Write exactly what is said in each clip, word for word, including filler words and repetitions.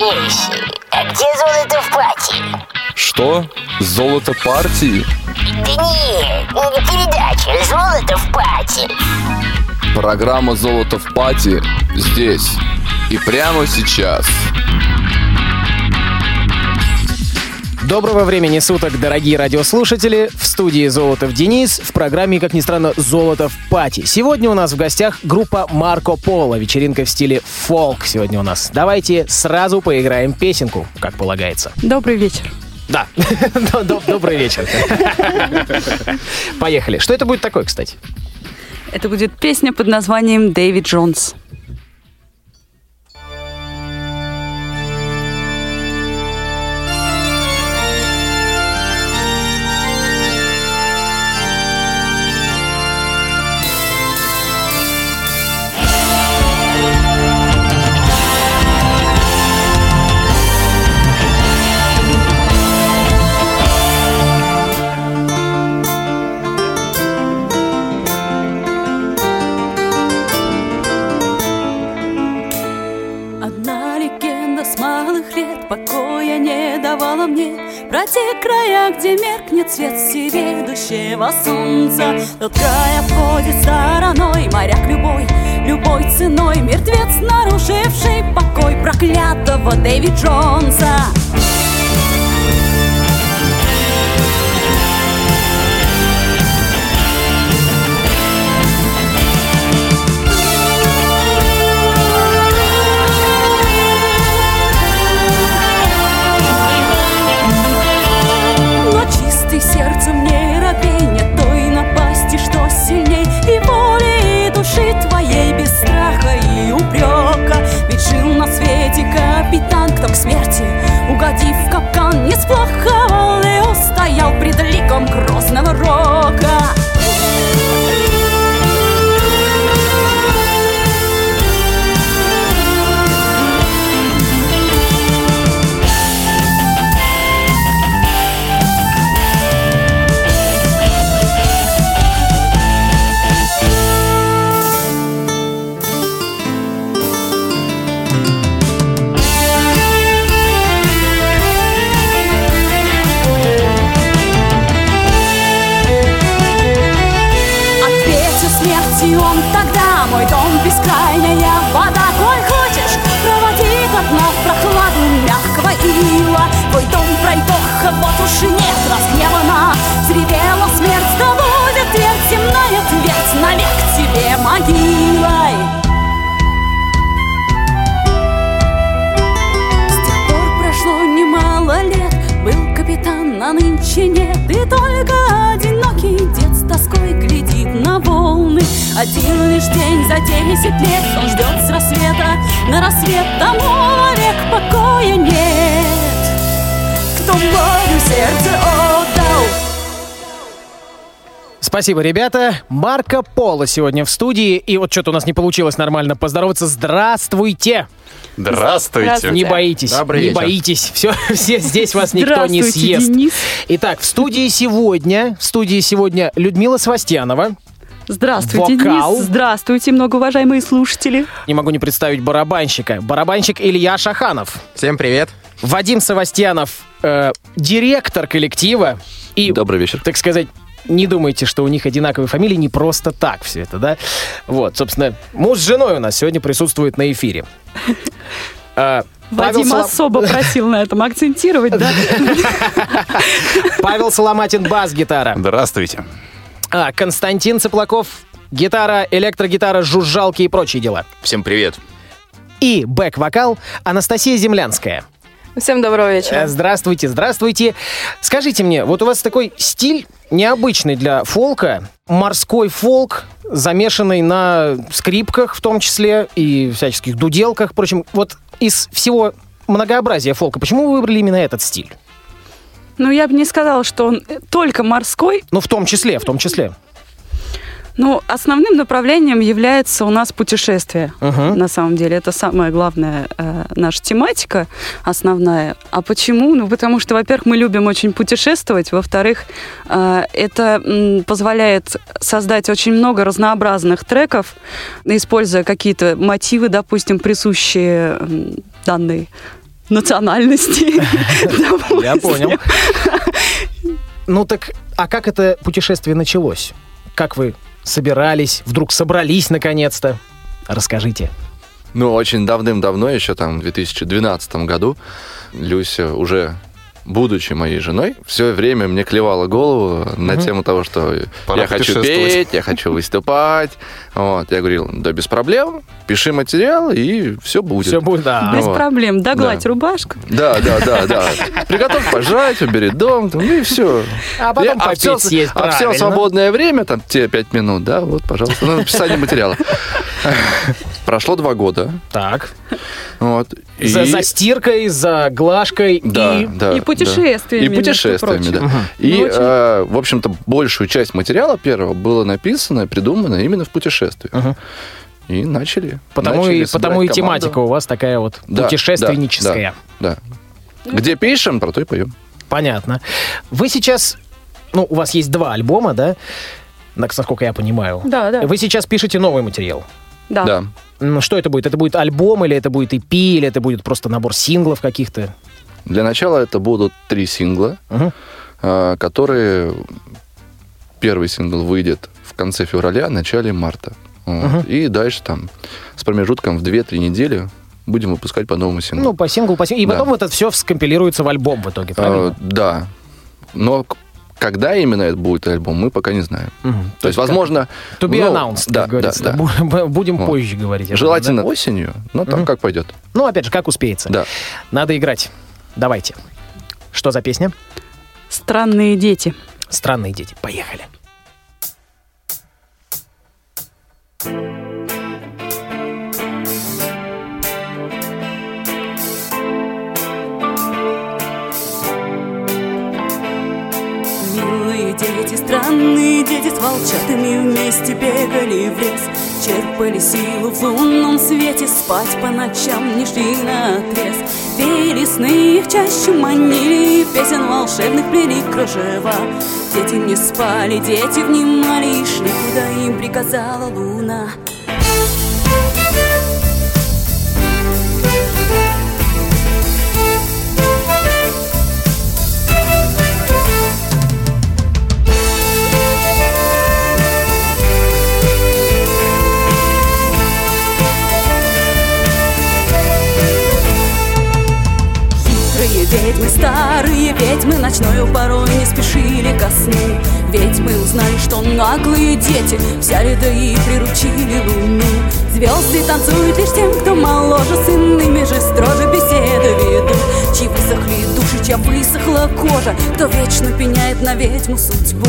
Милейший, а где золото в пати? Что? Золото партии? Да нет, не передача «Золото в пати». Программа «Золото в пати» здесь и прямо сейчас. Доброго времени суток, дорогие радиослушатели. В студии Золотов Денис, в программе, как ни странно, «Золото в пати». Сегодня у нас в гостях группа Марко Поло. Вечеринка в стиле фолк сегодня у нас. Давайте сразу поиграем песенку, как полагается. Добрый вечер. Да, добрый вечер. Поехали. Что это будет такое, кстати? Это будет песня под названием «Дэвид Джонс». Покоя не давала мне про те края, где меркнет свет всеведущего солнца. Тот край обходит стороной моряк любой, любой ценой. Мертвец, нарушивший покой проклятого Дэвид Джонса. Сердцем не робей, нет той напасти, что сильней и воли, и души твоей без страха и упрека. Ведь жил на свете капитан, кто к смерти, угодив в капкан, не сплоховал и устоял пред ликом грозного рока. Он тогда: мой дом бескрайняя вода, коль хочешь, проводи до дна в прохладу мягкого ила. Твой дом пройдоха, вот уж и нет, разгневана, взревела смерть, да будет твердь, земная твердь, навек тебе могилой. С тех пор прошло немало лет, был капитан, а нынче нет, и только одинокий дед с тоской глядит на волны. Один лишь день за десять лет он ждет с рассвета на рассвет, тому вовек покоя нет, кто морю сердце отдал. Спасибо, ребята. Марко Поло сегодня в студии. И вот что-то у нас не получилось нормально поздороваться. Здравствуйте! Здравствуйте. Здравствуйте. Не боитесь, Добрый не вечер. боитесь. Все, все здесь вас никто не съест. Денис. Итак, в студии сегодня, в студии сегодня Людмила Свастьянова. Здравствуйте, Вокал. Денис. Здравствуйте, многоуважаемые слушатели. Не могу не представить барабанщика. Барабанщик Илья Шаханов. Всем привет. Вадим Савастьянов, э, директор коллектива. И, Добрый вечер. так сказать, не думайте, что у них одинаковые фамилии, не просто так все это, да? Вот, собственно, муж с женой у нас сегодня присутствует на эфире. Э, Павел Вадим Соло- особо просил на этом акцентировать, да? Павел Соломатин, бас-гитара. Здравствуйте. А, Константин Цыплаков, гитара, электрогитара, жужжалки и прочие дела. Всем привет. И бэк-вокал Анастасия Землянская. Всем доброго вечера. Э, Здравствуйте, здравствуйте. Скажите мне, вот у вас такой стиль необычный для фолка, морской фолк, замешанный на скрипках в том числе и всяческих дуделках. Впрочем, вот из всего многообразия фолка, почему вы выбрали именно этот стиль? Ну, я бы не сказала, что он только морской. Ну, в том числе, в том числе. Ну, основным направлением является у нас путешествие. Угу. На самом деле, это самая главная э, наша тематика основная. А почему? Ну, потому что, во-первых, мы любим очень путешествовать. Во-вторых, э, это м, позволяет создать очень много разнообразных треков, используя какие-то мотивы, допустим, присущие м, данной национальностей. Я понял. Ну так, а как это путешествие началось? Как вы собирались, вдруг собрались наконец-то? Расскажите. Ну, очень давным-давно, еще там в две тысячи двенадцатом году, Люся уже... будучи моей женой, все время мне клевала голову uh-huh. на тему того, что Пора я хочу петь, я хочу выступать. Вот. Я говорил, да без проблем, пиши материал, и все будет. Все будет, да. Без Вот. проблем, догладь Да. рубашку. Да, да, да, да. Приготовь пожрать, убери дом, там, и все. А потом попить, все, съесть, а все правильно. свободное время, там, те пять минут, да, вот, пожалуйста, на написание материала. Прошло два года. Так. Вот. И... За, за стиркой, за глажкой Да, и... да, и путешествиями, да. И путешествиями, между да. прочим. И, Ну, очень- э, в общем-то, большую часть материала первого было написано и придумано именно в путешествиях. Мгм. И начали. Потому, начали и, собирать потому и команду. тематика у вас такая вот Да, путешественническая. Да. Где пишем, про то и поем. Понятно. Вы сейчас... Ну, у вас есть два альбома, да? Насколько я понимаю. Да, да. Вы сейчас пишете новый материал. Да. Да. Ну, что это будет? Это будет альбом, или это будет и пи, или это будет просто набор синглов каких-то? Для начала это будут три сингла, Мгм. э, которые... Первый сингл выйдет в конце февраля, начале марта. Вот. Мгм. И дальше там с промежутком в две-три недели будем выпускать по новому синглу. Ну, по синглу, по синглу. И Да. потом это все скомпилируется в альбом в итоге, Э, правильно? да. Но к- когда именно это будет альбом, мы пока не знаем. Мгм. То есть, возможно... To be ну, announced, да, как говорится. да, да. Бу- Будем Вот. позже говорить. об этом, Желательно да? осенью, но там Мгм. как пойдет. Ну, опять же, как успеется. Да. Надо играть. Давайте. Что за песня? Странные дети. «Странные дети». Поехали. Милые дети, странные дети, с волчатами вместе бегали в лес, черпали силу в лунном свете, спать по ночам не шли наотрез. Пели сны, их чаще манили, песен волшебных плели кружева. Дети не спали, дети внимали и шли, куда им приказала луна. Хитрые ведьмы, старые ведьмы, ночною порой не спешили ко сну. Ведьмы узнали, что наглые дети взяли да и приручили луну. Звезды танцуют лишь тем, кто моложе, с иными же строже беседы ведут. Чьи высохли души, чья высохла кожа, кто вечно пеняет на ведьму судьбу.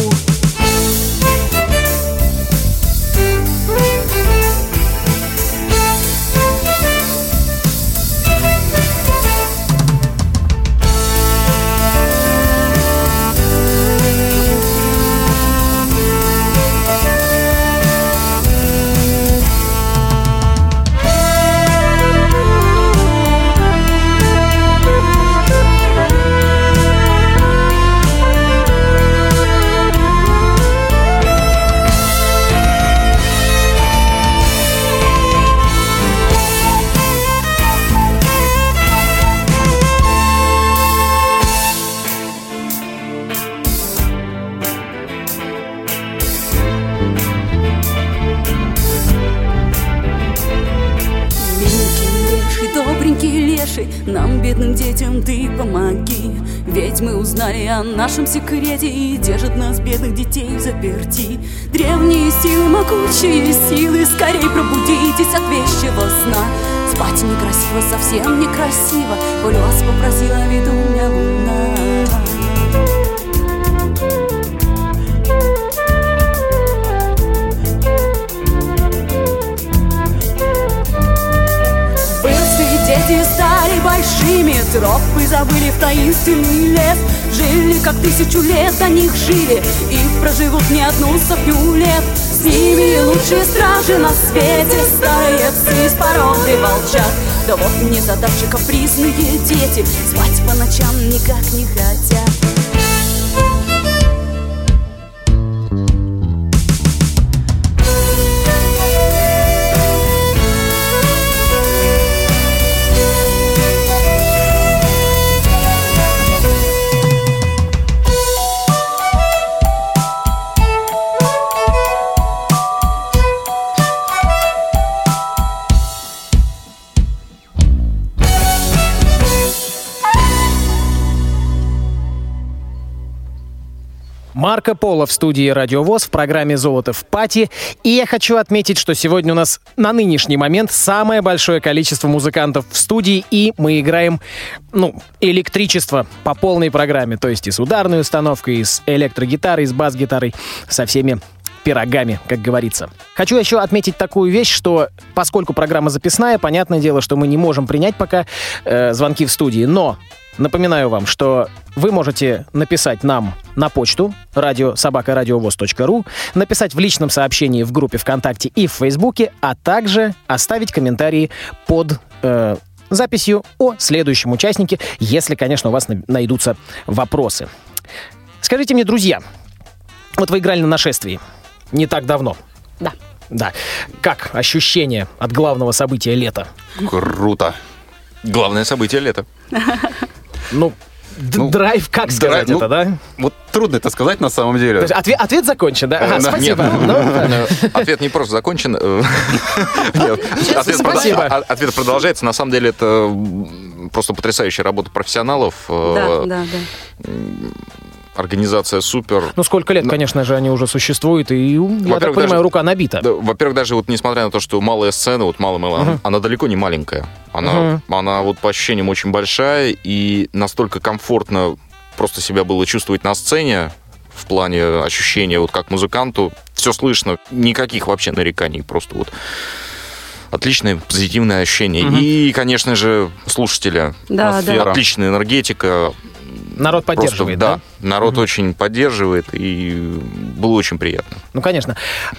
Нам, бедным детям, ты помоги. Ведьмы узнали о нашем секрете и держат нас, бедных детей, в заперти. Древние силы, могучие силы, скорей пробудитесь от вещего сна. Спать некрасиво, совсем некрасиво, волю вас попросила ведунья луна. Дети стали большими, тропы забыли в таинственный лес. Жили, как тысячу лет до них жили, и проживут не одну сотню лет. С ними лучшие стражи на свете, старые псы с породы волчат. Да вот незадачи капризные дети, спать по ночам никак не хотят. Марко Поло в студии Радио ВОС в программе «Золото в пати». И я хочу отметить, что сегодня у нас на нынешний момент самое большое количество музыкантов в студии, и мы играем, ну, электричество по полной программе. То есть и с ударной установкой, и с электрогитарой, и с бас-гитарой, со всеми пирогами, как говорится. Хочу еще отметить такую вещь, что поскольку программа записная, понятное дело, что мы не можем принять пока э, звонки в студии, но напоминаю вам, что вы можете написать нам на почту радио собака радиовоз точка ру, написать в личном сообщении в группе ВКонтакте и в Фейсбуке, а также оставить комментарии под э, записью о следующем участнике, если, конечно, у вас на- найдутся вопросы. Скажите мне, друзья, вот вы играли на «Нашествии» не так давно. Да. Да. Как ощущение от главного события лета? Круто. Главное событие лета. Ну, д- Ну, драйв, как сказать драйв, это, ну, да? Вот трудно это сказать на самом То деле. есть ответ, ответ закончен, да? Ага, Э, да, спасибо. нет. Ну, Э, Ответ не просто закончен. э, нет, Ответ прода- спасибо. а- ответ продолжается. На самом деле это м, просто потрясающая работа профессионалов. Да, э, да, да. Организация супер. ну, сколько лет, Ну, конечно же, они уже существуют, и, я так Во-первых, понимаю, даже- рука набита. Да, во-первых, даже вот несмотря на то, что малая сцена, вот малая малая, она, она далеко не маленькая. Она, она вот по ощущениям очень большая, и настолько комфортно просто себя было чувствовать на сцене в плане ощущения, вот как музыканту. Все слышно, никаких вообще нареканий, просто вот отличное позитивное ощущение. И, конечно же, слушатели. Да, да. Атмосфера. Отличная энергетика. Народ Просто, поддерживает, да? да? Народ очень поддерживает, и было очень приятно. Ну, конечно.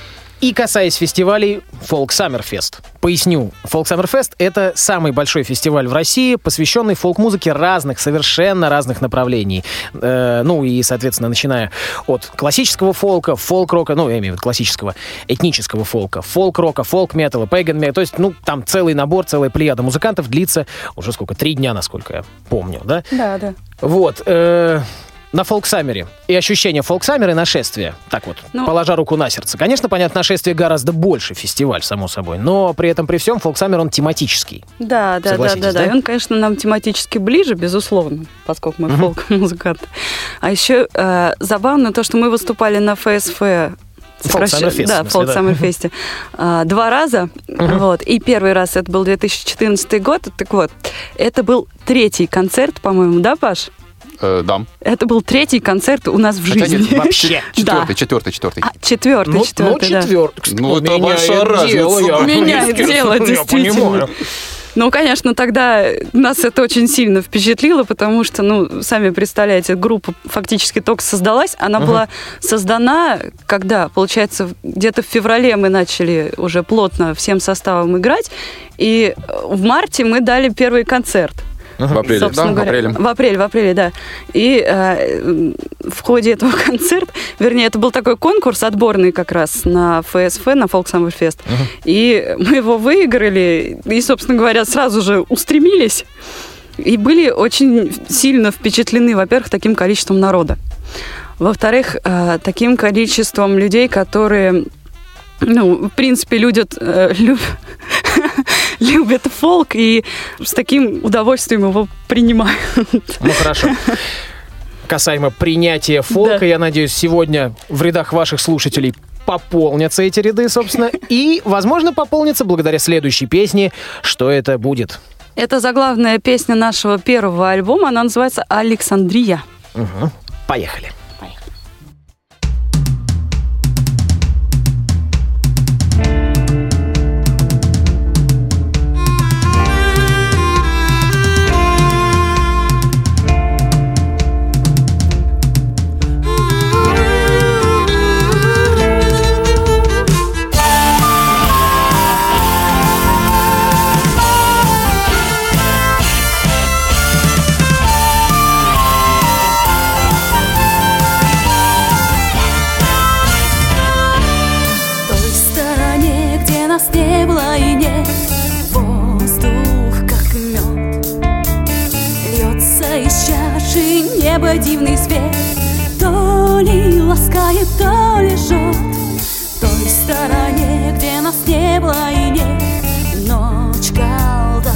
И касаясь фестивалей, Folk Summerfest. Поясню. Folk Summerfest — это самый большой фестиваль в России, посвященный фолк-музыке разных, совершенно разных направлений. Э, ну и, соответственно, начиная от классического фолка, фолк-рока, ну, я имею в виду классического, этнического фолка, фолк-рока, фолк-металла, пэган-металла. То есть, ну, там целый набор, целая плеяда музыкантов длится уже сколько? Три дня, насколько я помню, да? Да, да. Вот. Э, на фолк-саммере. И ощущение фолк-саммера и нашествия. Так вот, Ну, положа руку на сердце. Конечно, понятно, нашествие гораздо больше фестиваль, само собой. Но при этом, при всем, фолк-саммер, он тематический. Да, да, да, Согласитесь, да, да. да? И он, конечно, нам тематически ближе, безусловно, поскольку мы фолк-музыканты. А еще э, забавно то, что мы выступали на ФСФ. Folk Summer Fest, Да, в в смысле, Folk да. Summer Fest. А, два раза. Вот. И первый раз это был две тысячи четырнадцатый год. Так вот, это был третий концерт, по-моему, да, Паш? Э, да. Это был третий концерт у нас в Хотя жизни. нет, Вообще. Четвертый, четвертый, четвертый. А, четвертый, Ну, четвертый, да. четвертый. Ну, это большая разница. Меняет дело, действительно. Ну, конечно, тогда нас это очень сильно впечатлило, потому что, ну, сами представляете, группа фактически только создалась. Она была создана, когда, получается, где-то в феврале мы начали уже плотно всем составом играть, и в марте мы дали первый концерт. В апреле, да? Собственно В говоря, апреле. В апреле, в апреле, да. И э, в ходе этого концерта, вернее, это был такой конкурс отборный как раз на ФСФ, на Folk Summer Fest. И мы его выиграли, и, собственно говоря, сразу же устремились. И были очень сильно впечатлены, во-первых, таким количеством народа. Во-вторых, э, таким количеством людей, которые... Ну, в принципе, любят, э, люб... любят фолк и с таким удовольствием его принимают. Ну, хорошо. Касаемо принятия фолка, Да. я надеюсь, сегодня в рядах ваших слушателей пополнятся эти ряды, собственно, и, возможно, пополнятся благодаря следующей песне. Что это будет? Это заглавная песня нашего первого альбома. Она называется «Александрия». Угу. Поехали. В той стороне, где нас не было и нет, воздух как мед. Льется из чаши неба дивный свет, то ли ласкает, то ли жжет. В той стороне, где нас не было и нет, ночь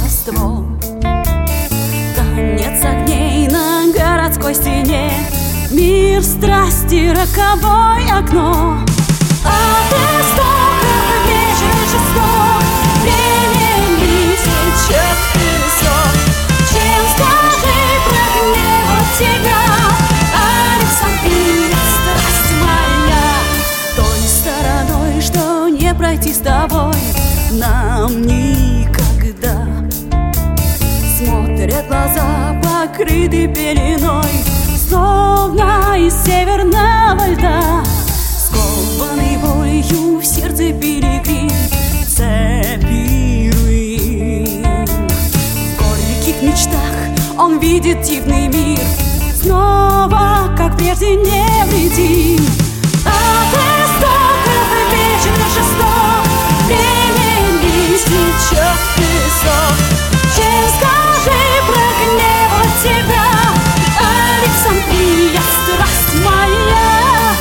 колдовством. Танец огней на городской стене, Мир страсти, роковое окно. От истока вечер жесток, времени течет песок. Чем, скажи, прогневал тебя, Александрия, страсть моя? Той стороной, что не пройти с тобой нам никогда. Смотрят глаза, покрыты пеленой, словно из северного льда. Скованный болью в сердце пилигрим, цепи руин. В горьких мечтах он видит дивный мир, снова, как прежде, невредим. От истоков вечер жесток, времени течет песок. Чем, скажи, прогневал тебя, Александрия, страсть моя?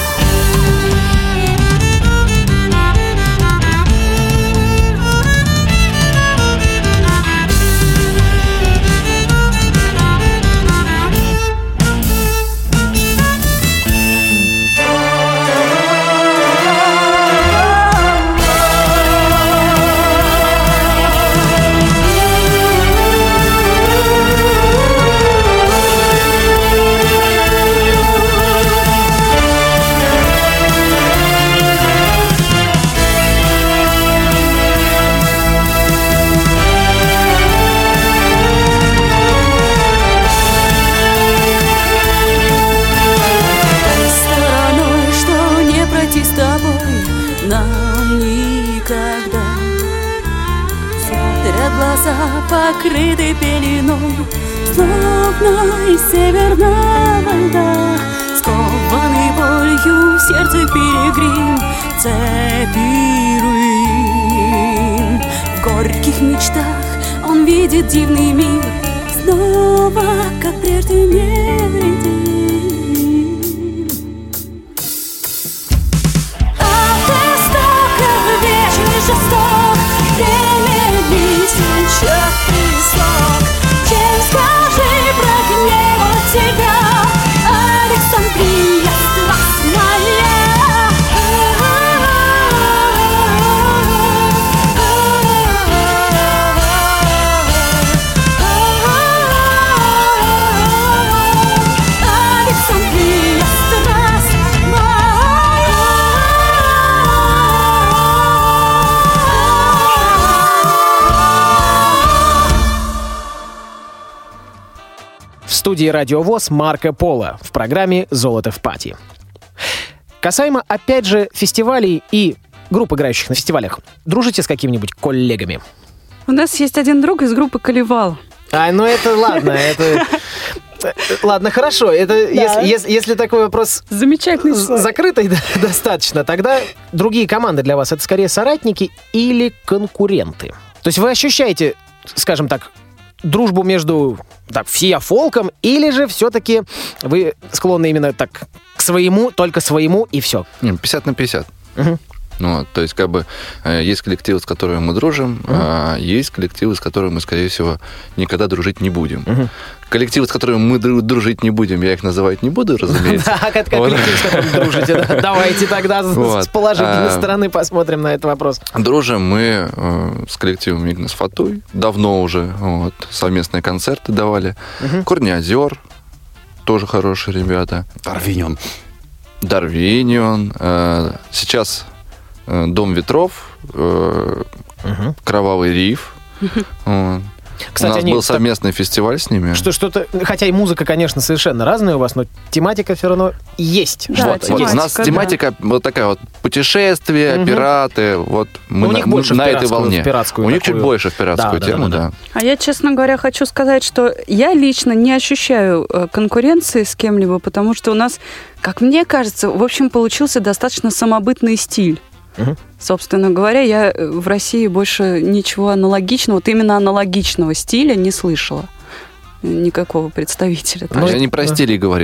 Покрыты пеленой, словно из северного льда. Скованный болью в сердце пилигрим, цепи руин. В горьких мечтах он видит дивный мир, снова, как прежде, невредим. От истоков вечер жесток, времени течет песок. Чем, скажи, прогневал тебя, Александрия, страсть моя? Александрия, страсть В студии «Радио ВОС» Марко Поло в программе «Золото в пати». Касаемо, опять же, фестивалей и групп, играющих на фестивалях. Дружите с какими-нибудь коллегами? У нас есть один друг из группы «Колевал». А, ну это ладно, это... Ладно, хорошо. Это если, если, если такой вопрос Замечательный з- закрытый да, достаточно, тогда другие команды для вас — это скорее соратники или конкуренты? То есть вы ощущаете, скажем так, дружбу между так, Фия Фолком, или же все-таки вы склонны именно так к своему, только своему, и все? пятьдесят на пятьдесят. Угу. Ну, вот, то есть, как бы, э, есть коллективы, с которыми мы дружим, Uh-huh. а есть коллективы, с которыми мы, скорее всего, никогда дружить не будем. Uh-huh. Коллективы, с которыми мы дру- дружить не будем, я их называть не буду, разумеется. Да, как коллектив, с которым дружите. да. Давайте тогда с- Вот. с положительной А. стороны посмотрим на этот вопрос. Дружим мы э, с коллективом Игнас Фатуй. Давно уже вот, совместные концерты давали. Мгм. Корни-озер, тоже хорошие ребята. Арвиньон. Дарвинион. э, Сейчас э, Дом ветров, э, Мгм. Кровавый риф. Вот. Кстати, у нас они был так- совместный фестиваль с ними. Что, что-то, хотя и музыка, конечно, совершенно разная у вас, но тематика все равно есть. Да, Что-то Вот, есть. у нас да. тематика вот такая вот пятишествия, Мгм. пираты. Вот мы У на, них больше в на этой пиратскую- волне. в пиратскую у них такую. чуть больше в пиратскую Да, да, тему, да, да. да. А я, честно говоря, хочу сказать, что я лично не ощущаю э, конкуренции с кем-либо, потому что у нас, как мне кажется, в общем, получился достаточно самобытный стиль. Мгм. Собственно говоря, я э, в России больше ничего аналогичного, вот именно аналогичного стиля не слышала. Никакого представителя. Ну, я не про да. стили говорил.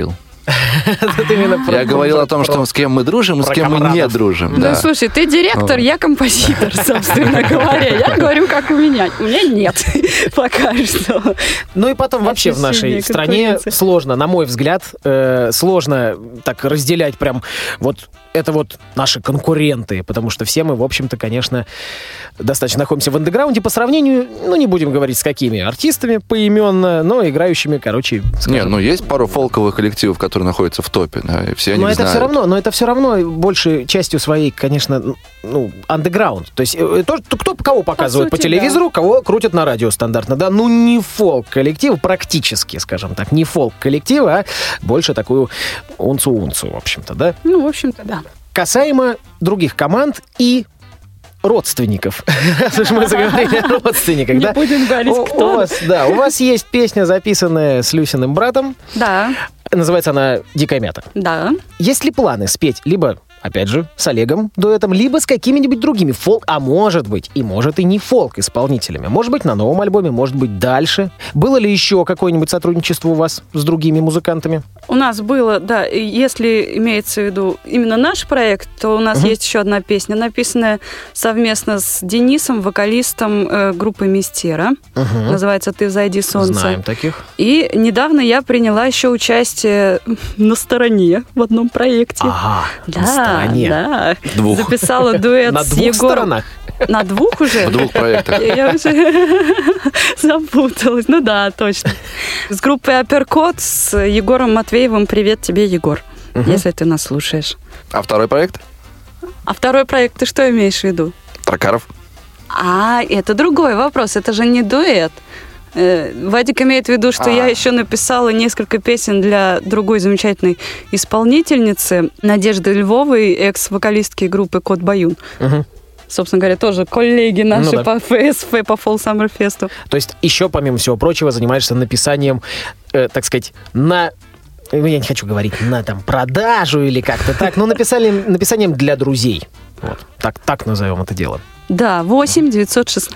Тут именно про- Я говорил про- о том, про- что с кем мы дружим и с про кем мы не комрадов. дружим. Ну, да. слушай, ты директор, я композитор, собственно говоря. Я говорю, как у меня. У меня нет пока что. Ну и потом вообще в нашей Ощущение стране конкуренции. сложно, на мой взгляд, э, сложно так разделять прям вот это вот наши конкуренты, потому что все мы, в общем-то, конечно, достаточно находимся в андеграунде по сравнению, ну, не будем говорить с какими артистами поименно, но играющими, короче, скажем. Не, ну есть пару фолковых коллективов, которые находятся в топе, да, и все они Но это знают. все равно, но это все равно большей частью своей, конечно, ну, андеграунд. То есть э, то, что- кто кого показывает по, сути, телевизору, кого крутят на радио стандартно, да, ну не фолк-коллектив, практически, скажем так, не фолк-коллектив, а больше такую унцу-унцу, в общем-то, да. Ну, в общем-то, да. Касаемо других команд и родственников. Раз уж мы заговорили о родственниках, Не да. будем говорить, У- кто. У вас, да, у вас есть песня, записанная с Люсиным братом. Да, Называется она «Дикая мята». да. Есть ли планы спеть либо, опять же, с Олегом дуэтом, либо с какими-нибудь другими фолк, а может быть, и может и не фолк-исполнителями? Может быть, на новом альбоме, может быть, дальше? Было ли еще какое-нибудь сотрудничество у вас с другими музыкантами? У нас было, да, и если имеется в виду именно наш проект, то у нас Мгм. есть еще одна песня, написанная совместно с Денисом, вокалистом э, группы Мистера. Мгм. Называется «Ты взойди, солнце». Знаем таких. И недавно я приняла еще участие на стороне в одном проекте. Ага, Да, на стороне. да. Двух. Записала дуэт На с двух Егором. сторонах? На двух уже? В двух проектах. Я я уже запуталась. Ну да, точно. С группой Апперкот, с Егором Матвеевым. Привет тебе, Егор, если ты нас слушаешь. А второй проект? А второй проект ты что имеешь в виду? Тракаров. А, это другой вопрос. Это же не дуэт. Э, Вадик имеет в виду, что А. я еще написала несколько песен для другой замечательной исполнительницы Надежды Львовой, экс-вокалистки группы Кот Баюн. Мгм. Собственно говоря, тоже коллеги наши Ну да. по эф эс эф, по Fall Summer Fest. То есть еще, помимо всего прочего, занимаешься написанием, э, так сказать, на... ну, я не хочу говорить на там продажу или как-то так, но написали, написанием для друзей. Вот. Так, так назовем это дело. Да, восемь девятьсот шестнадцать.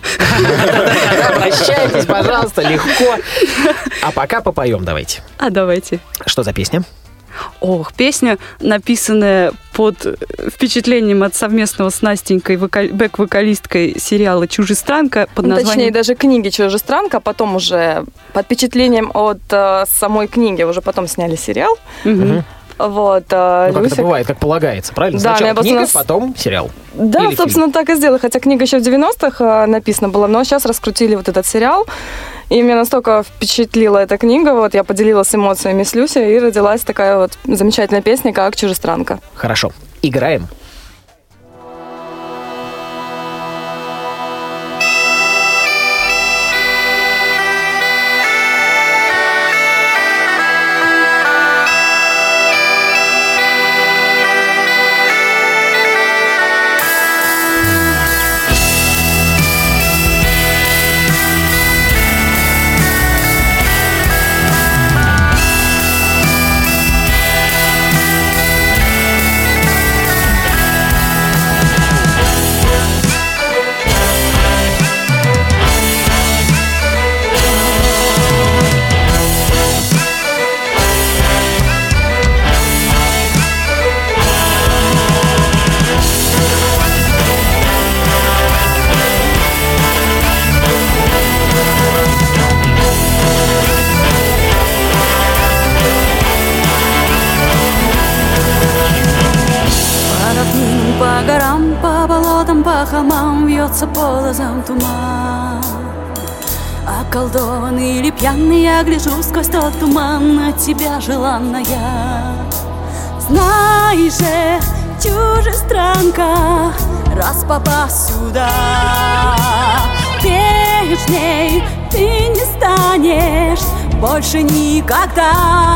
Обращайтесь, пожалуйста, легко. А пока попоем давайте. А давайте. Что за песня? Ох, песня, написанная под впечатлением от совместного с Настенькой вокаль... бэк-вокалисткой сериала «Чужестранка» под Ну, названием... точнее, даже книги «Чужестранка», а потом уже под впечатлением от э, самой книги уже потом сняли сериал. Мгм. Вот, э, Ну, как это Люся- бывает, как полагается, правильно? Да, Сначала я просто книга, нас- потом сериал. Да, Или собственно, так и сделала. Хотя книга еще в девяностых э, написана была, но сейчас раскрутили вот этот сериал. И меня настолько впечатлила эта книга, вот я поделилась эмоциями с Люсей, и родилась такая вот замечательная песня, как «Чужестранка». Хорошо. Играем. По равнинам, по горам, по болотам, по холмам вьется полозом туман. Околдованный или пьяный, я гляжу сквозь тот туман на тебя, желанная. Знай же, чужестранка, раз попав сюда, прежней ты не станешь больше никогда.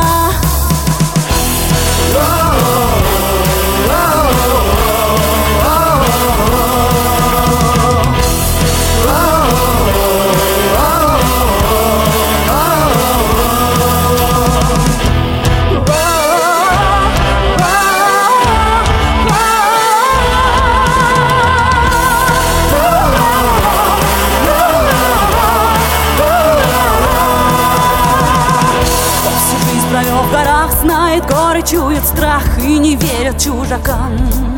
Всю жизнь провел в горах, знает горы чуют страх и не верят чужакам.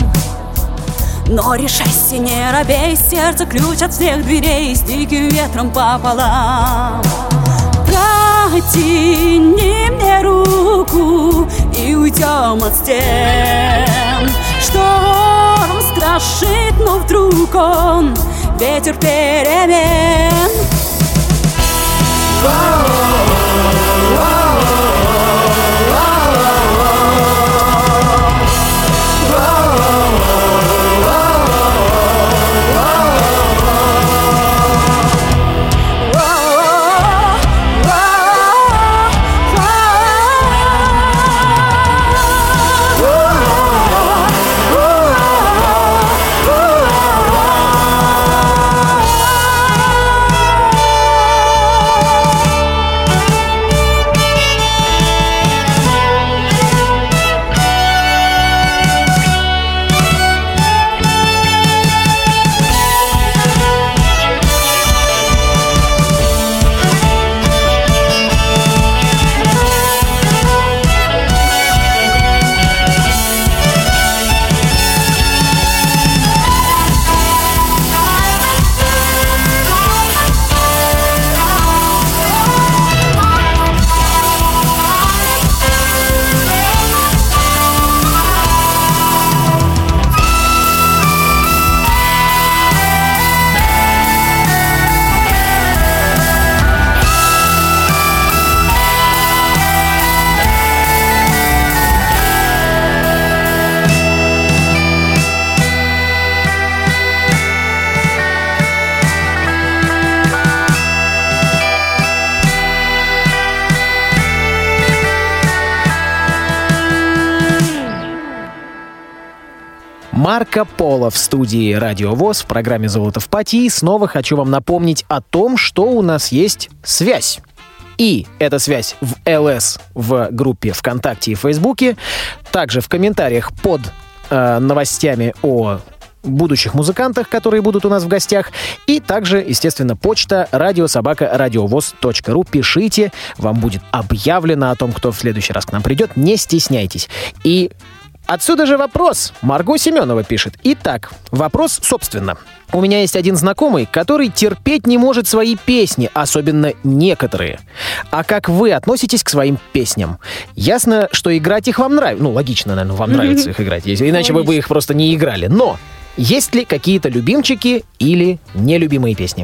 Но решайся, не робей, сердце ключ от всех дверей с диким ветром пополам. Протяни мне руку и уйдем от стен. Шторм страшит, но вдруг он ветер перемен. Марко Поло в студии Радио ВОС в программе «Золото в пати». И снова хочу вам напомнить о том, что у нас есть связь. И эта связь в ЛС в группе ВКонтакте и Фейсбуке, также в комментариях под э, новостями о будущих музыкантах, которые будут у нас в гостях, и также, естественно, почта радиособака радиовоз точка ру. Пишите, вам будет объявлено о том, кто в следующий раз к нам придет. Не стесняйтесь. И отсюда же вопрос. Марго Семенова пишет. Итак, вопрос, собственно. У меня есть один знакомый, который терпеть не может свои песни, особенно некоторые. А как вы относитесь к своим песням? Ясно, что играть их вам нравится. Ну, логично, наверное, вам нравится их играть. Иначе бы вы их просто не играли. Но есть ли какие-то любимчики или нелюбимые песни?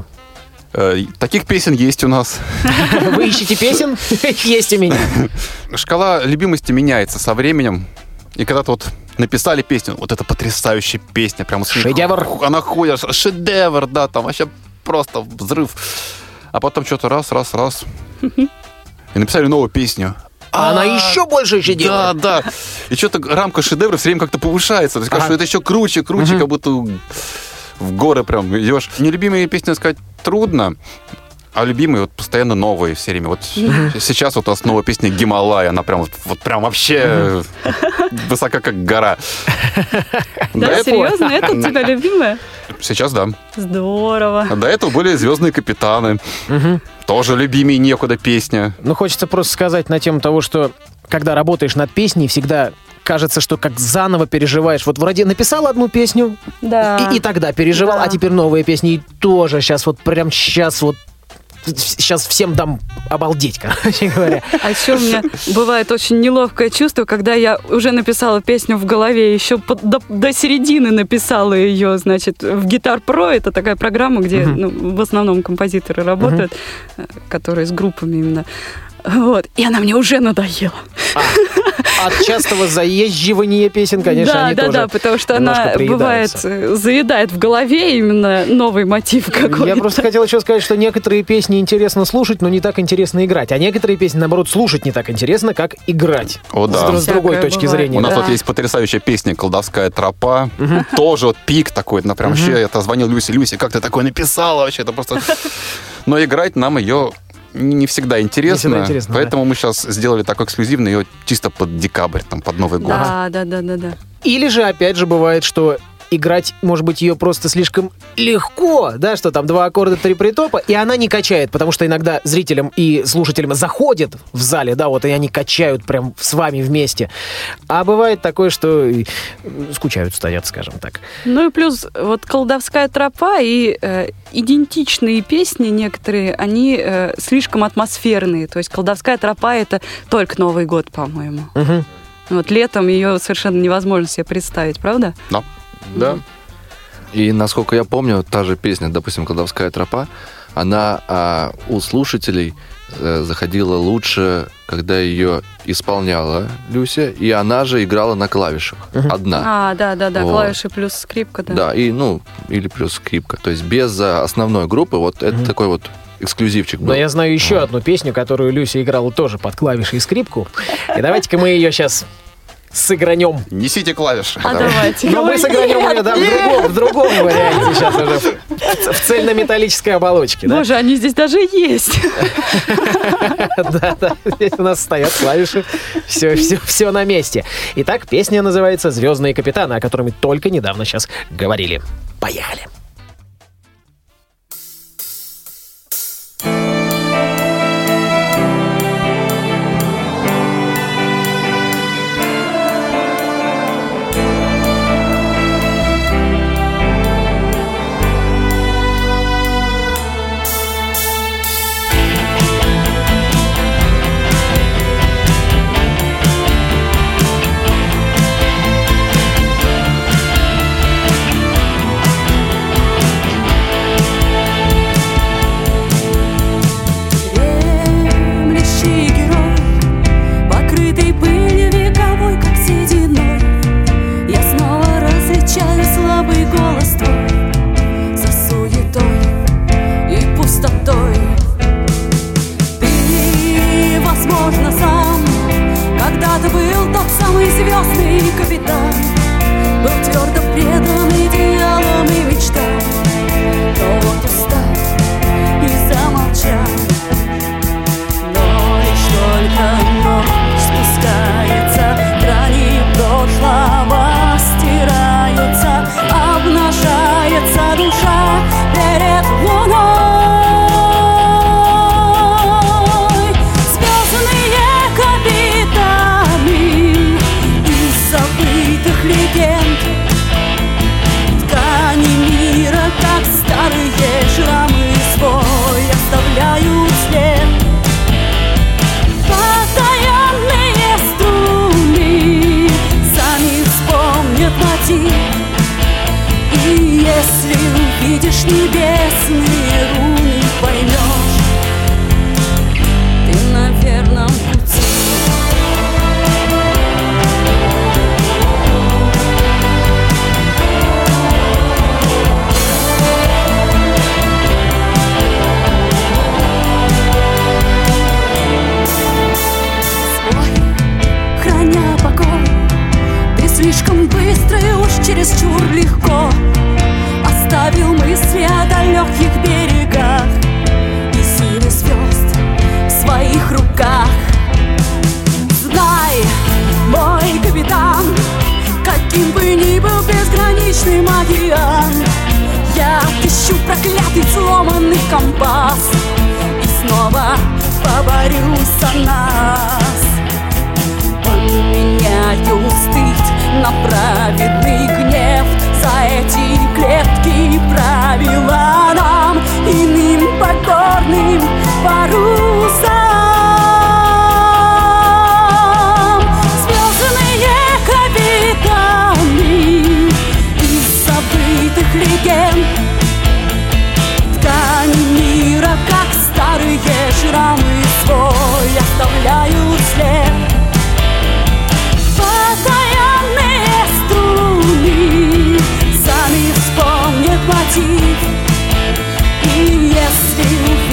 Э, таких песен есть у нас. Вы ищете песен? Есть у меня. Шкала любимости меняется со временем. И когда-то вот написали песню, вот это потрясающая песня, прям шедевр. Она ходит, шедевр, да, там вообще просто взрыв. А потом что-то раз, раз, раз. И написали новую песню. А она еще больше шедевр. Да, да. И что-то рамка шедевра все время как-то повышается. То есть, кажется, что это еще круче, круче, как будто в горы прям идешь. Нелюбимые песни сказать трудно. А любимые вот постоянно новые все время. Вот mm-hmm. сейчас вот у нас новая песня «Гималай», она прям, вот прям вообще mm-hmm. высока, как гора. Да, серьезно? Это у тебя любимая? Сейчас да. Здорово. До этого были «Звездные капитаны». Тоже любимые некуда песня. Ну, хочется просто сказать на тему того, что когда работаешь над песней, всегда кажется, что как заново переживаешь. Вот вроде написал одну песню, да. и, и тогда переживал, да. а теперь новые песни. И тоже сейчас вот прям сейчас вот сейчас всем дам обалдеть, короче говоря. А еще у меня бывает очень неловкое чувство, когда я уже написала песню в голове, еще по, до, до середины написала ее, значит, в Guitar Pro. Это такая программа, где uh-huh. ну, в основном композиторы работают, uh-huh. которые с группами именно. Вот. И она мне уже надоела. А, от частого заезживания песен, конечно, да, они да, тоже Да, да, потому что она, бывает, заедает в голове именно новый мотив какой-то. Я просто хотел еще сказать, что некоторые песни интересно слушать, но не так интересно играть. А некоторые песни, наоборот, слушать не так интересно, как играть. О, да. С, с другой точки бывает. зрения. У нас да. вот есть потрясающая песня «Колдовская тропа». Угу. Тоже вот пик такой. Она прям угу. вообще, я звонил Люсе. Люсе, как ты такое написала вообще? Это просто... Но играть нам ее... Не всегда интересно, не всегда интересно поэтому да. мы сейчас сделали такой эксклюзивный, ее чисто под декабрь, там, под Новый год. Да, да, да, да, да. Или же, опять же, бывает, что играть, может быть, ее просто слишком легко, да, что там два аккорда, три притопа, и она не качает, потому что иногда зрителям и слушателям заходит в зале, да, вот, и они качают прям с вами вместе. А бывает такое, что скучают, стоят, скажем так. Ну и плюс вот «Колдовская тропа» и э, идентичные песни некоторые, они э, слишком атмосферные. То есть «Колдовская тропа» — это только Новый год, по-моему. Угу. Вот летом ее совершенно невозможно себе представить, правда? Да. Да. И, насколько я помню, та же песня, допустим, «Колдовская тропа», она а, у слушателей а, заходила лучше, когда ее исполняла Люся, и она же играла на клавишах. Uh-huh. Одна. А, да-да-да, вот. Клавиши плюс скрипка, да. Да, и, ну, или плюс скрипка. То есть без а, основной группы, вот uh-huh. это такой вот эксклюзивчик был. Но я знаю еще а. одну песню, которую Люся играла тоже под клавиши и скрипку. И давайте-ка мы ее сейчас сыгранем. Несите клавиши. А давайте. Но мы сыгранем ее, да, в другом, в другом варианте сейчас уже. В, в цельнометаллической оболочке, да? Боже, они здесь даже есть. Да, да, здесь у нас стоят клавиши. Все, все, все на месте. Итак, песня называется «Звездные капитаны», о которой мы только недавно сейчас говорили. Поехали. И если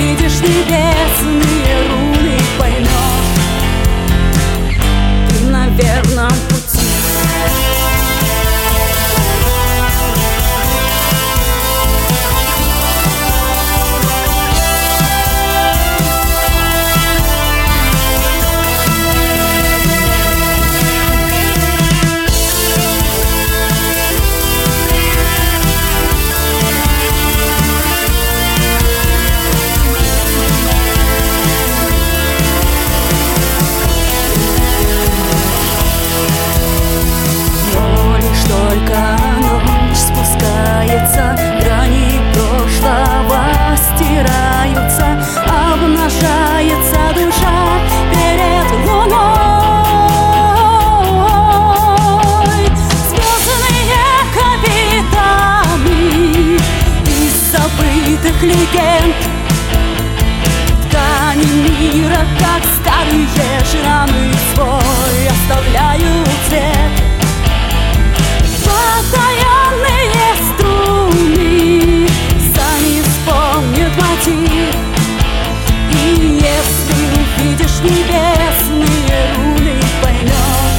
небесные руны поймет.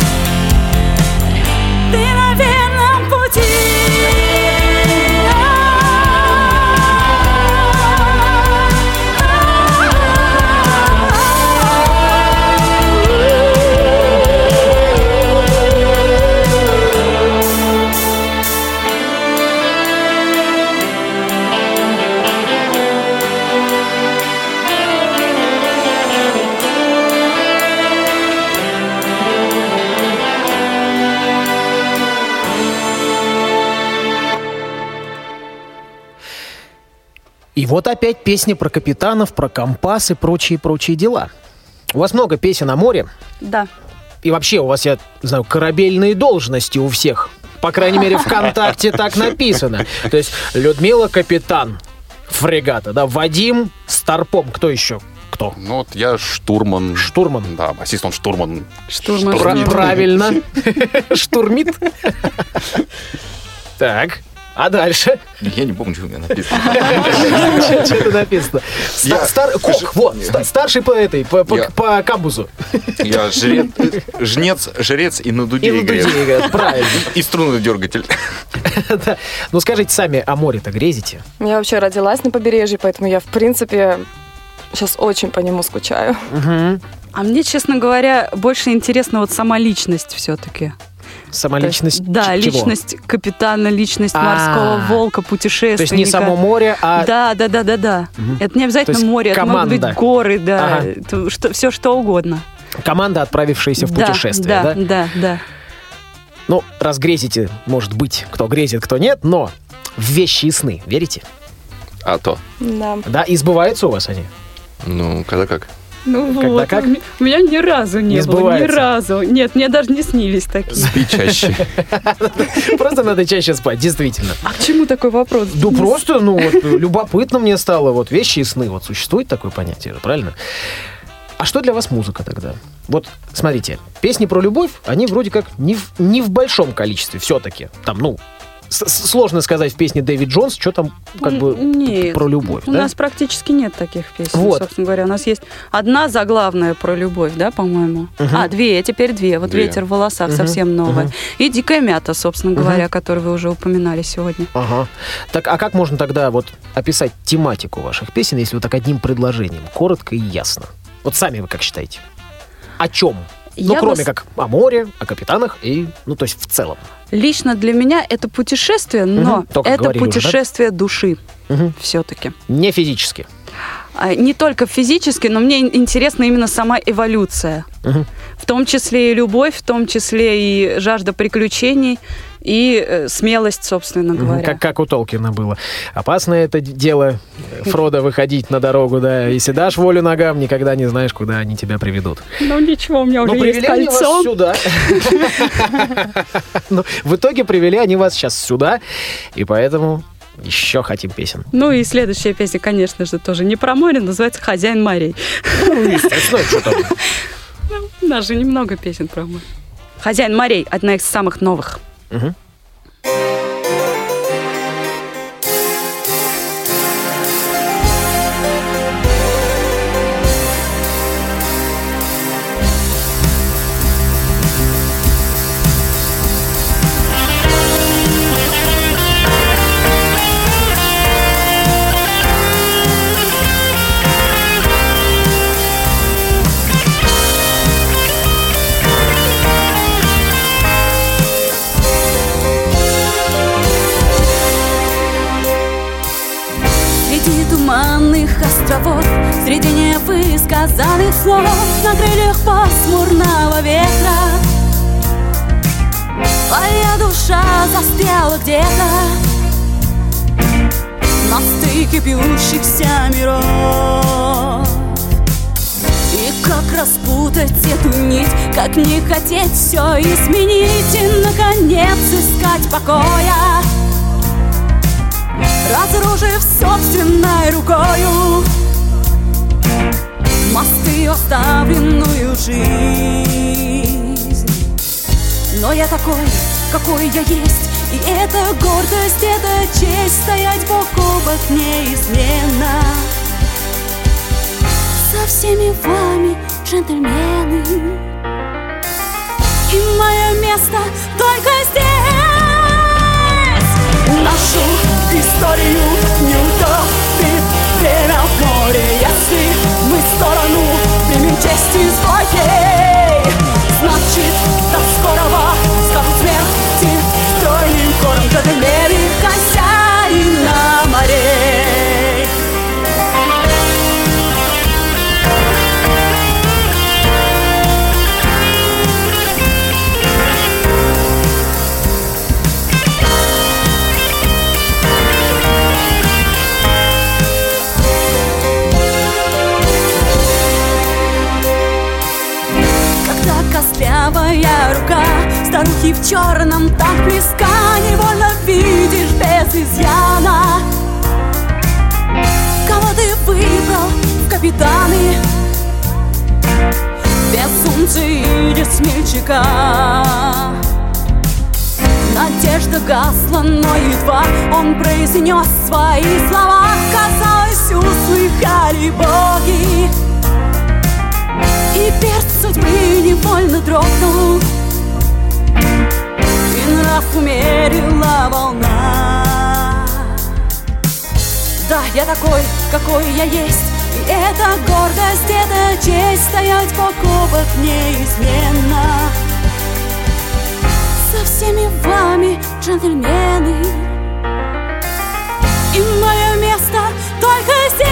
Ты на верном пути. И вот опять песни про капитанов, про компас и прочие-прочие дела. У вас много песен о море. Да. И вообще у вас, я знаю, корабельные должности у всех. По крайней мере, ВКонтакте так написано. То есть Людмила капитан фрегата, да, Вадим старпом. Кто еще? Кто? Ну вот я штурман. Штурман. Да, ассистент штурман. Штурман. Пра- Правильно. Штурмит. Так. А дальше? Я не помню, что у меня написано. Что это написано? Я- Стар- Кок, вот, ста- старший по этой, по- по Я- по камбузу. Я жрец, жнец, жрец и на дуде И на дуде играю. играет, правильно. И струнодергатель. Да. Ну скажите сами, о море-то грезите? Я вообще родилась на побережье, поэтому я, в принципе, сейчас очень по нему скучаю. А мне, честно говоря, больше интересна вот сама личность все-таки. Сама То есть, личность Да, ч- чего? личность капитана, личность А. морского волка, путешественника. То есть не само море, а... Да, да, да, да, да. Это не обязательно То есть море, это могут быть команда. горы, да, Ага. это что, все что угодно. команда, отправившаяся в Да, путешествие, да? да, да, да. Ну, раз грезите, может быть, кто грезит, кто нет, но в вещи и сны верите? А то. Да. Да, и сбываются у вас они? Ну, когда как. Ну Когда вот, как? у ме- у меня ни разу не, Не было, ни сбывается. разу. Нет, мне даже не снились такие. Спи чаще. Просто надо чаще спать, действительно. А к чему такой вопрос? Да просто, ну вот, любопытно мне стало, вот, вещи и сны, вот, существует такое понятие же, правильно? А что для вас музыка тогда? Вот, смотрите, песни про любовь, они вроде как не в, не в большом количестве все-таки. Там, ну, с- с- сложно сказать в песне Дэвид Джонс, что там как бы Нет, про любовь, у да? нас практически нет таких песен, Вот. собственно говоря. У нас есть одна заглавная про любовь, да, по-моему? А, две, теперь две. Вот Две. «Ветер в волосах» Мгм, совсем новая. мгм. И «Дикая мята», собственно Мгм. говоря, которую вы уже упоминали сегодня. Ага. Так, а как можно тогда вот описать тематику ваших песен, если вот так одним предложением, коротко и ясно? Вот сами вы как считаете? О чем? Ну, Я кроме бы с- как о море, о капитанах и, ну, то есть в целом. Лично для меня это путешествие, но Мгм, только это говорили уже, да? путешествие души Мгм. все-таки. Не физически. А, Не только физически, но мне ин- интересна именно сама эволюция. Мгм. В том числе и любовь, в том числе и жажда приключений, и э, смелость, собственно Мгм. говоря. Как, как у Толкина было. Опасное это д- дело, э, Фродо, выходить на дорогу, да. Если дашь волю ногам, никогда не знаешь, куда они тебя приведут. Ну ничего, у меня уже Ну, есть привели они вас кольцо. сюда. Ну, в итоге привели они вас сейчас сюда, и поэтому еще хотим песен. Ну и следующая песня, конечно же, тоже не про море, называется «Хозяин морей». Ну, естественно, что там. У нас же немного песен про море. «Хозяин морей» — одна из самых новых. Мгм. Среди туманных островов, среди невысказанных слов, на крыльях пасмурного ветра моя душа застряла где-то на стыке бьющихся миров. И как распутать эту нить, как не хотеть все изменить и, наконец, искать покоя, разрушив собственной рукою мосты, оставленную жизнь. Но я такой, какой я есть, и это гордость, это честь стоять бок о бок неизменно со всеми вами, джентльмены. И мое место только здесь. Нашу историю не утопит время в море. Если мы сторону примем честью своей, значит, до скорого скажут смерти стройным хором джентльмены хозяина морей. Костлявая рука старухи в черном так близка, невольно видишь без изъяна. Кого ты выбрал в капитаны? Безумцы или смельчака? Надежда гасла, но едва он произнес свои слова, казалось, услыхали боги. И перст судьбы невольно дрогнул, и нрав умерила волна. Да, я такой, какой я есть, и это гордость, это честь стоять в окопах неизменно. Со всеми вами, джентльмены, и мое место только здесь.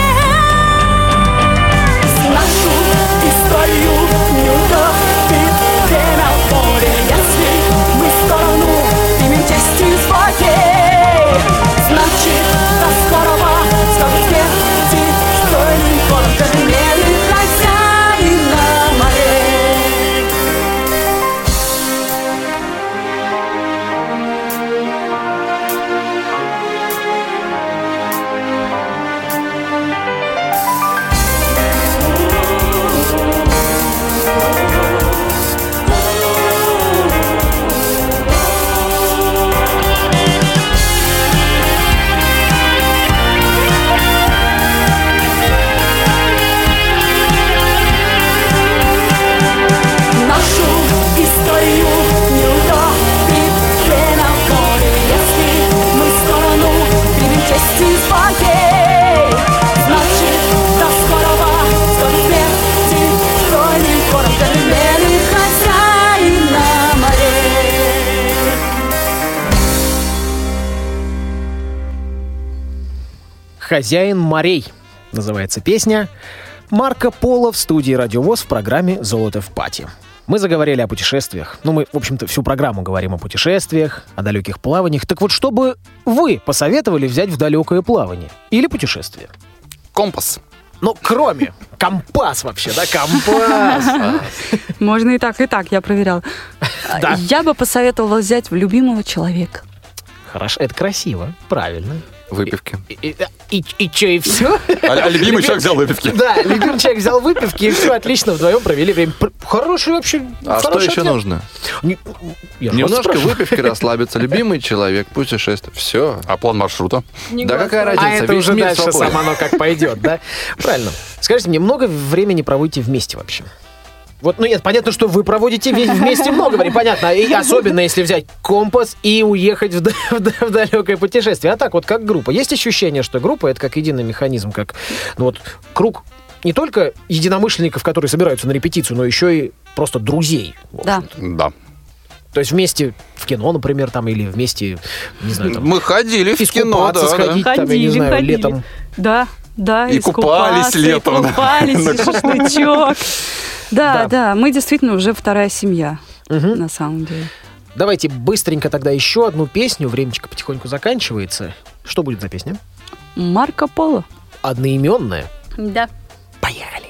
Нашу историю не утопит время в море. Если мы сторону примем честью своей, значит, до скорого скажут смерти стройным хором джентльмены хозяина морей. «Хозяин морей» называется песня. Марко Поло в студии «Радио ВОС» в программе «Золото в пати». Мы заговорили о путешествиях. Ну, мы, в общем-то, всю программу говорим о путешествиях, о далеких плаваниях. Так вот, что бы вы посоветовали взять в далекое плавание или путешествие? Компас. Ну, кроме компас вообще, да, компас. Можно и так, и так, я проверял. Да. Я бы посоветовала взять в любимого человека. Хорошо, это красиво, правильно. Выпивки. И, и, и, и что, и все? А, а любимый человек взял выпивки. Да, любимый человек взял выпивки, и все, отлично, вдвоем провели время. Пр- Хороший вообще. А что хороший еще ответ. нужно? Не- я же вас Немножко спрашиваю. выпивки, расслабиться. Любимый человек, путешествие. Все. А план маршрута? Да какая разница? А это Весь уже мир дальше свободен. сам оно как пойдет, да? Правильно. Скажите, мне много времени проводите вместе вообще? Вот, ну нет, понятно, что вы проводите ве- вместе много времени, понятно. И особенно, если взять компас и уехать в, да- в да- в далекое путешествие. А так вот, как группа. Есть ощущение, что группа — это как единый механизм, как ну, вот, круг не только единомышленников, которые собираются на репетицию, но еще и просто друзей. в Да. общем-то. Да. То есть вместе в кино, например, там, или вместе, не знаю, там, Мы ходили в кино, искупаться, да, да. сходить, там, я не Ходили, знаю, ходили. летом. Да, да, И купались искупаться, летом, и да. купались, и шашлычок. Да, Да. да, мы действительно уже вторая семья, Мгм. на самом деле. Давайте быстренько тогда еще одну песню. Времечко потихоньку заканчивается. Что будет за песня? Марко Поло. Одноименная. Да. Поехали.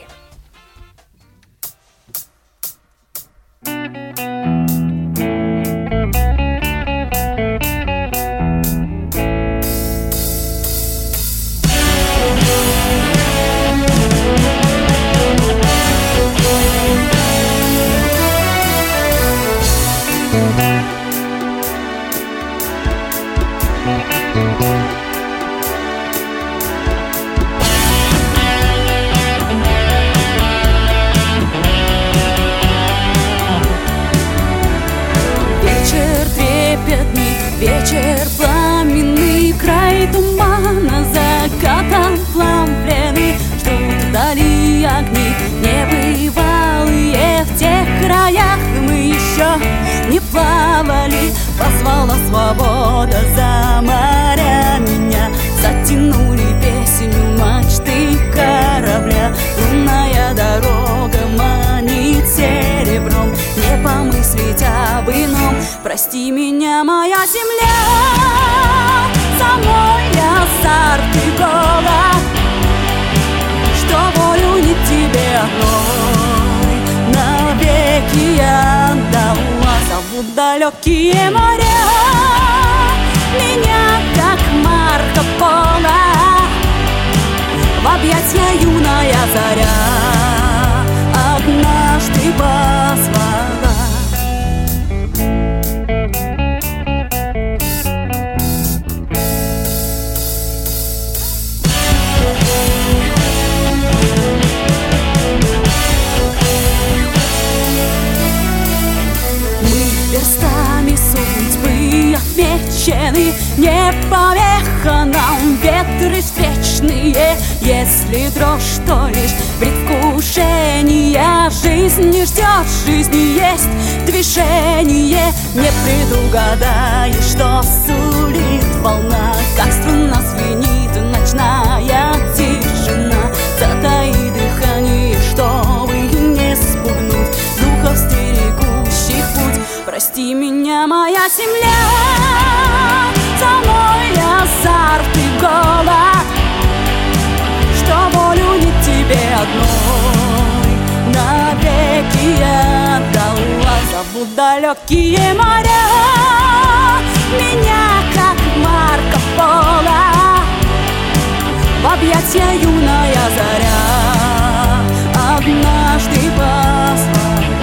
Thank позвала ли, позвала свобода за моря меня. Затянули песню мачты корабля, лунная дорога манит серебром. Не помыслить об ином, прости меня, моя земля, за мой азарт и голод, что волю не тебе одной навеки я отдала. Зовут далекие моря меня, как Марко Поло, в объятья юная заря однажды позвала. Перстами судьбы отмечены, не помеха нам ветры встречные. Если дрожь, то лишь предвкушение, жизни ждет, жизни есть движение. Не предугадаешь, что сулит волна, как струна звенит ночная тишина. Затаи дыхание, чтобы не спугнуть духов стерегущих путь. Прости меня, моя земля, за мой азарт и голод, что волю не тебе одной навеки я отдала. Зовут далекие моря меня, как Марко Поло, в объятья юная заря однажды позвала.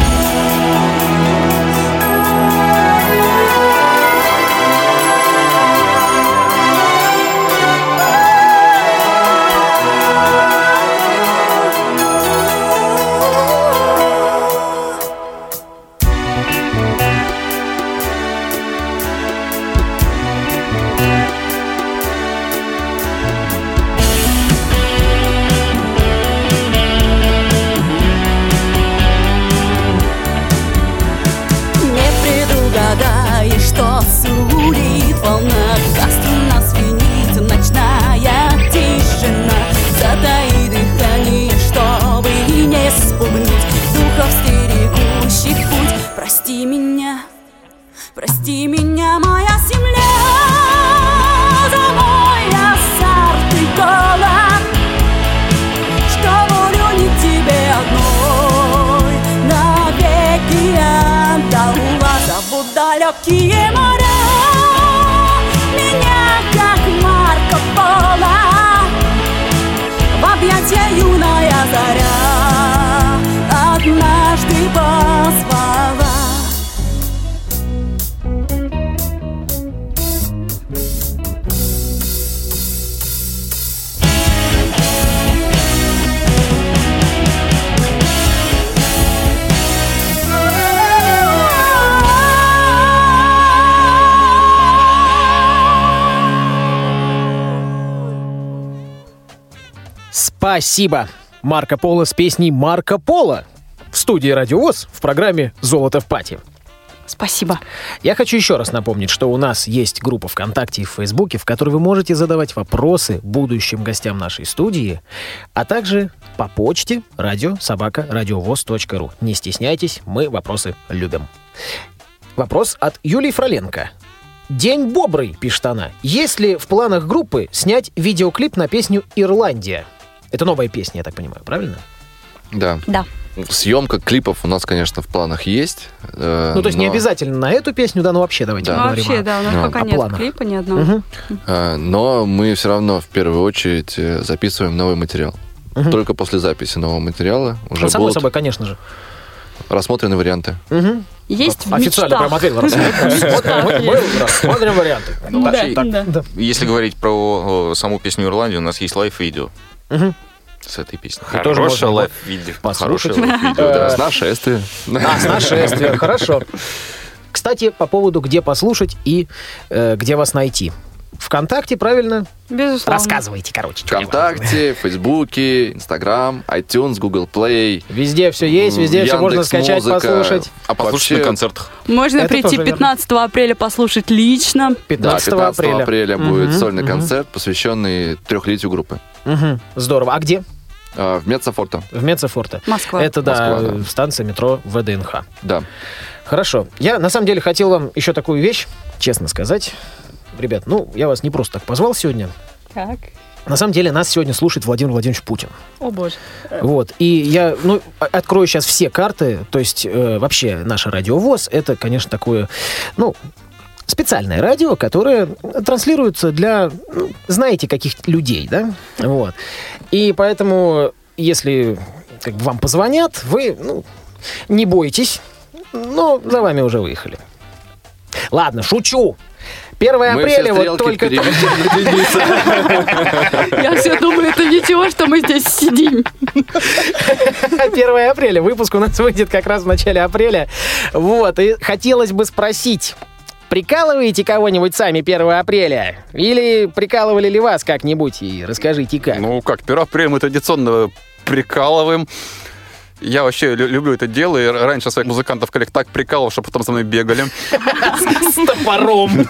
Что сулит волна, как струна звенит ночная тишина. Затаи дыхание, чтобы не спугнуть духов стерегущих путь. Прости меня, прости меня, моя земля, за мой азарт и голод, что волю не тебе одной навеки я отдала. Зовут далекие моря меня, как Марко Поло, в объятья юная заря однажды позвала. Спасибо. Марко Поло с песней «Марко Поло» в студии Радио ВОС в программе «Золото в пати». Спасибо. Я хочу еще раз напомнить, что у нас есть группа ВКонтакте и в Фейсбуке, в которой вы можете задавать вопросы будущим гостям нашей студии, а также по почте радио собака радиовоз точка ру. Не стесняйтесь, мы вопросы любим. Вопрос от Юлии Фроленко. «День бобрый», пишет она. «Есть ли в планах группы снять видеоклип на песню «Ирландия»?» Это новая песня, я так понимаю, правильно? Да. Да. Съемка клипов у нас, конечно, в планах есть. Э, ну, то есть но... не обязательно на эту песню, да, но вообще давайте да. поговорим. Вообще, да, у нас ну, пока нет планах. клипа ни одного. Угу. Э, но мы все равно в первую очередь записываем новый материал. Угу. Только после записи нового материала уже ну, само будут собой, конечно же. рассмотрены варианты. Угу. Есть в Официально мечтах. прям ответил. Мы рассмотрим варианты. Ну, вообще, Да, да. если говорить про о, саму песню «Ирландию», у нас есть лайв-видео Угу. с этой песней. И тоже Хорошее можно лайв-видео. послушать. Хорошее лайв-видео, да. С нашествия. А, с нашествия, хорошо. Кстати, по поводу где послушать и э, где вас найти. ВКонтакте, правильно? Безусловно. Рассказывайте, короче. что-нибудь. ВКонтакте, Фейсбуке, Инстаграм, iTunes, Google Play. Везде все есть, везде все можно скачать, Яндекс.Музыка. послушать. А послушать Вообще- на концертах. Можно Это прийти тоже верно. пятнадцатого апреля послушать лично. Да, пятнадцатого апреля. будет Мгм, сольный мгм. концерт, посвященный трехлетию группы. Мгм. Здорово. А где? А, в Мецафорто. В Мецафорте. Москва. Это, да, Москва, да. станция метро ВДНХ. Да. Хорошо. Я, на самом деле, хотел вам еще такую вещь, честно сказать. Ребят, ну, я вас не просто так позвал сегодня. Так. На самом деле, нас сегодня слушает Владимир Владимирович Путин. О, боже. Вот. И я, ну, о- открою сейчас все карты. То есть, э, вообще, наше радиовоз, это, конечно, такое, ну, специальное радио, которое транслируется для, ну, знаете, каких людей, да? Вот. И поэтому, если как бы, вам позвонят, вы, ну, не бойтесь, но за вами уже выехали. Ладно, шучу. первое Мы апреля все вот стрелки только... переведем на Дениса. Я все думаю, это ничего, что мы здесь сидим. первое апреля. Выпуск у нас выйдет как раз в начале апреля. Вот. И хотелось бы спросить, прикалываете кого-нибудь сами первого апреля? Или прикалывали ли вас как-нибудь? И расскажите, как. Ну как, первого апреля мы традиционно прикалываем. Я вообще лю- люблю это дело, и р- раньше своих музыкантов коллег так прикалывал, что потом за мной бегали. С топором.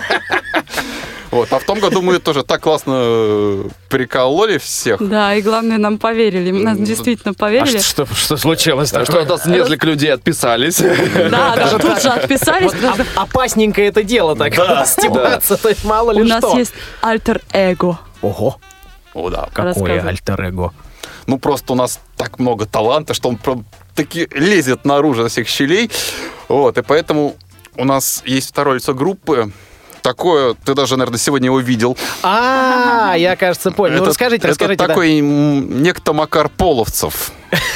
Вот. А в том году мы тоже так классно э, прикололи всех. Да, и главное, нам поверили. Нас действительно А поверили. что, что, что случилось? А что у нас несколько людей отписались. Да, даже тут же отписались. Вот оп- опасненько это дело так, стебаться, то есть мало ли У нас что. есть альтер-эго. Ого, О, да. какое Рассказывай. альтер-эго. Ну, просто у нас так много таланта, что он прям таки лезет наружу из всех щелей. Вот, и поэтому у нас есть второе лицо группы. Такое, ты даже, наверное, сегодня его видел. А, я, кажется, понял. Ну, Это- расскажите, это расскажите. да. такой м, некто Макар Половцев.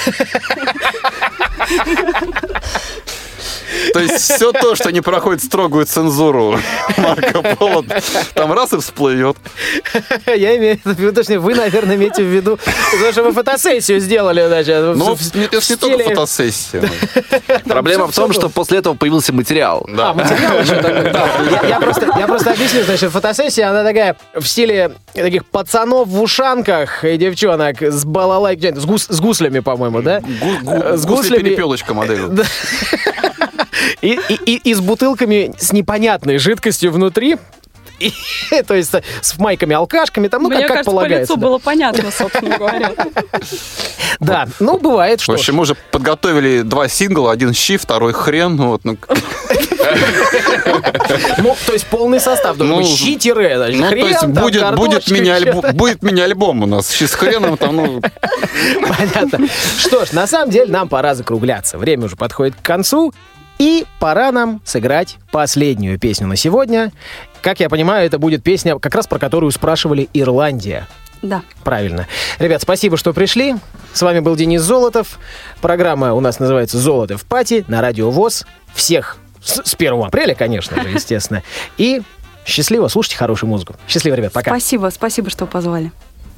То есть все то, что не проходит строгую цензуру Марко Поло, там раз и всплывет. Я имею в виду, точнее, вы, наверное, имеете в виду, потому что вы фотосессию сделали, значит, Ну, в- не, в это не только стиле- фотосессия. Проблема в всё том, было. что после этого появился материал. А, Да. материал еще такой. Да. Я, я просто, я просто объясню, значит, фотосессия, она такая в стиле таких пацанов в ушанках и девчонок с балалайкой, с, гус- с гуслями, по-моему, да? Гу- гу- С гуслями. Гусли-перепелочка модель. Да. И, и, и, и с бутылками с непонятной жидкостью внутри. И, то есть с майками-алкашками, там, ну, Мне как, как кажется, по полагается. лицу да. было понятно, собственно говоря. Да, ну, бывает, В что ж. общем, мы уже подготовили два сингла, один щи, второй хрен. Вот, ну, Ну, то есть полный состав. Ну, Ну, щи-тире, значит, ну, то хрен, есть там, будет, будет, картошечка, мини-альбом, ещё. будет мини-альбом у нас. Щи с хреном, там, ну, Понятно. Что ж, на самом деле нам пора закругляться. Время уже подходит к концу. И пора нам сыграть последнюю песню на сегодня. Как я понимаю, это будет песня, как раз про которую спрашивали «Ирландия». Да. Правильно. Ребят, спасибо, что пришли. С вами был Денис Золотов. Программа у нас называется «Золото в пати» на Радио ВОС. Всех с, с первого апреля, конечно же, естественно. И счастливо, слушайте хорошую музыку. Счастливо, ребят, пока. Спасибо, спасибо, что позвали.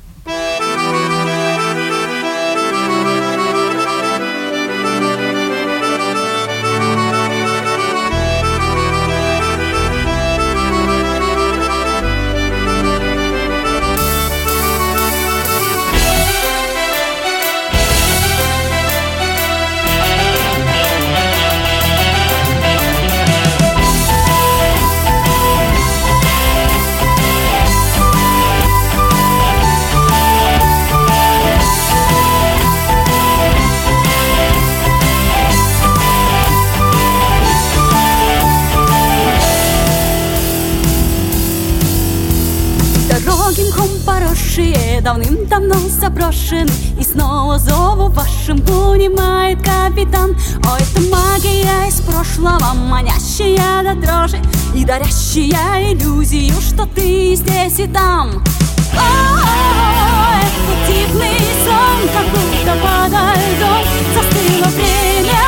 Дороги мхом поросшие, давным-давно заброшены. И снова зову вашим понимает капитан. О, это магия из прошлого, манящая до дрожи и дарящая иллюзию, что ты здесь и там. О, это дивный сон, как будто подо льдом застыло время.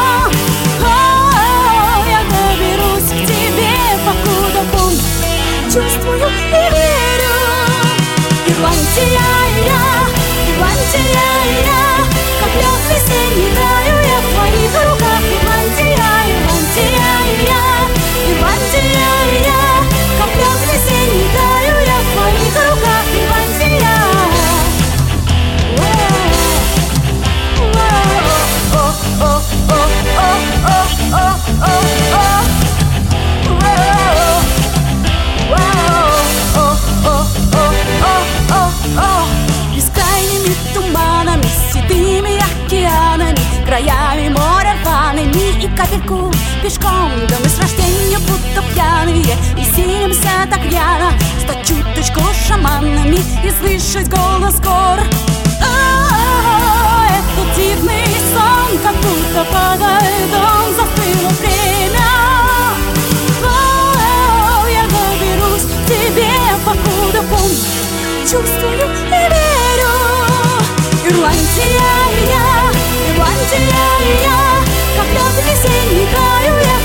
О, я доберусь к тебе, покуда помню, чувствую и верю. Ирландия, я, Ирландия, я, как лед весенний таю я в твоих руках. Ирландия, Ирландия, я, Ирландия, я, как лед весенний пешком, да мы с рождения будто пьяные и силимся так рьяно стать чуточку шаманами и слышать голос гор. О, этот дивный сон, как будто под льдом застыло время. О, я доберусь к тебе, покуда помню, чувствую и верю. Ирландия я, Ирландия я, как лед весенний краю я.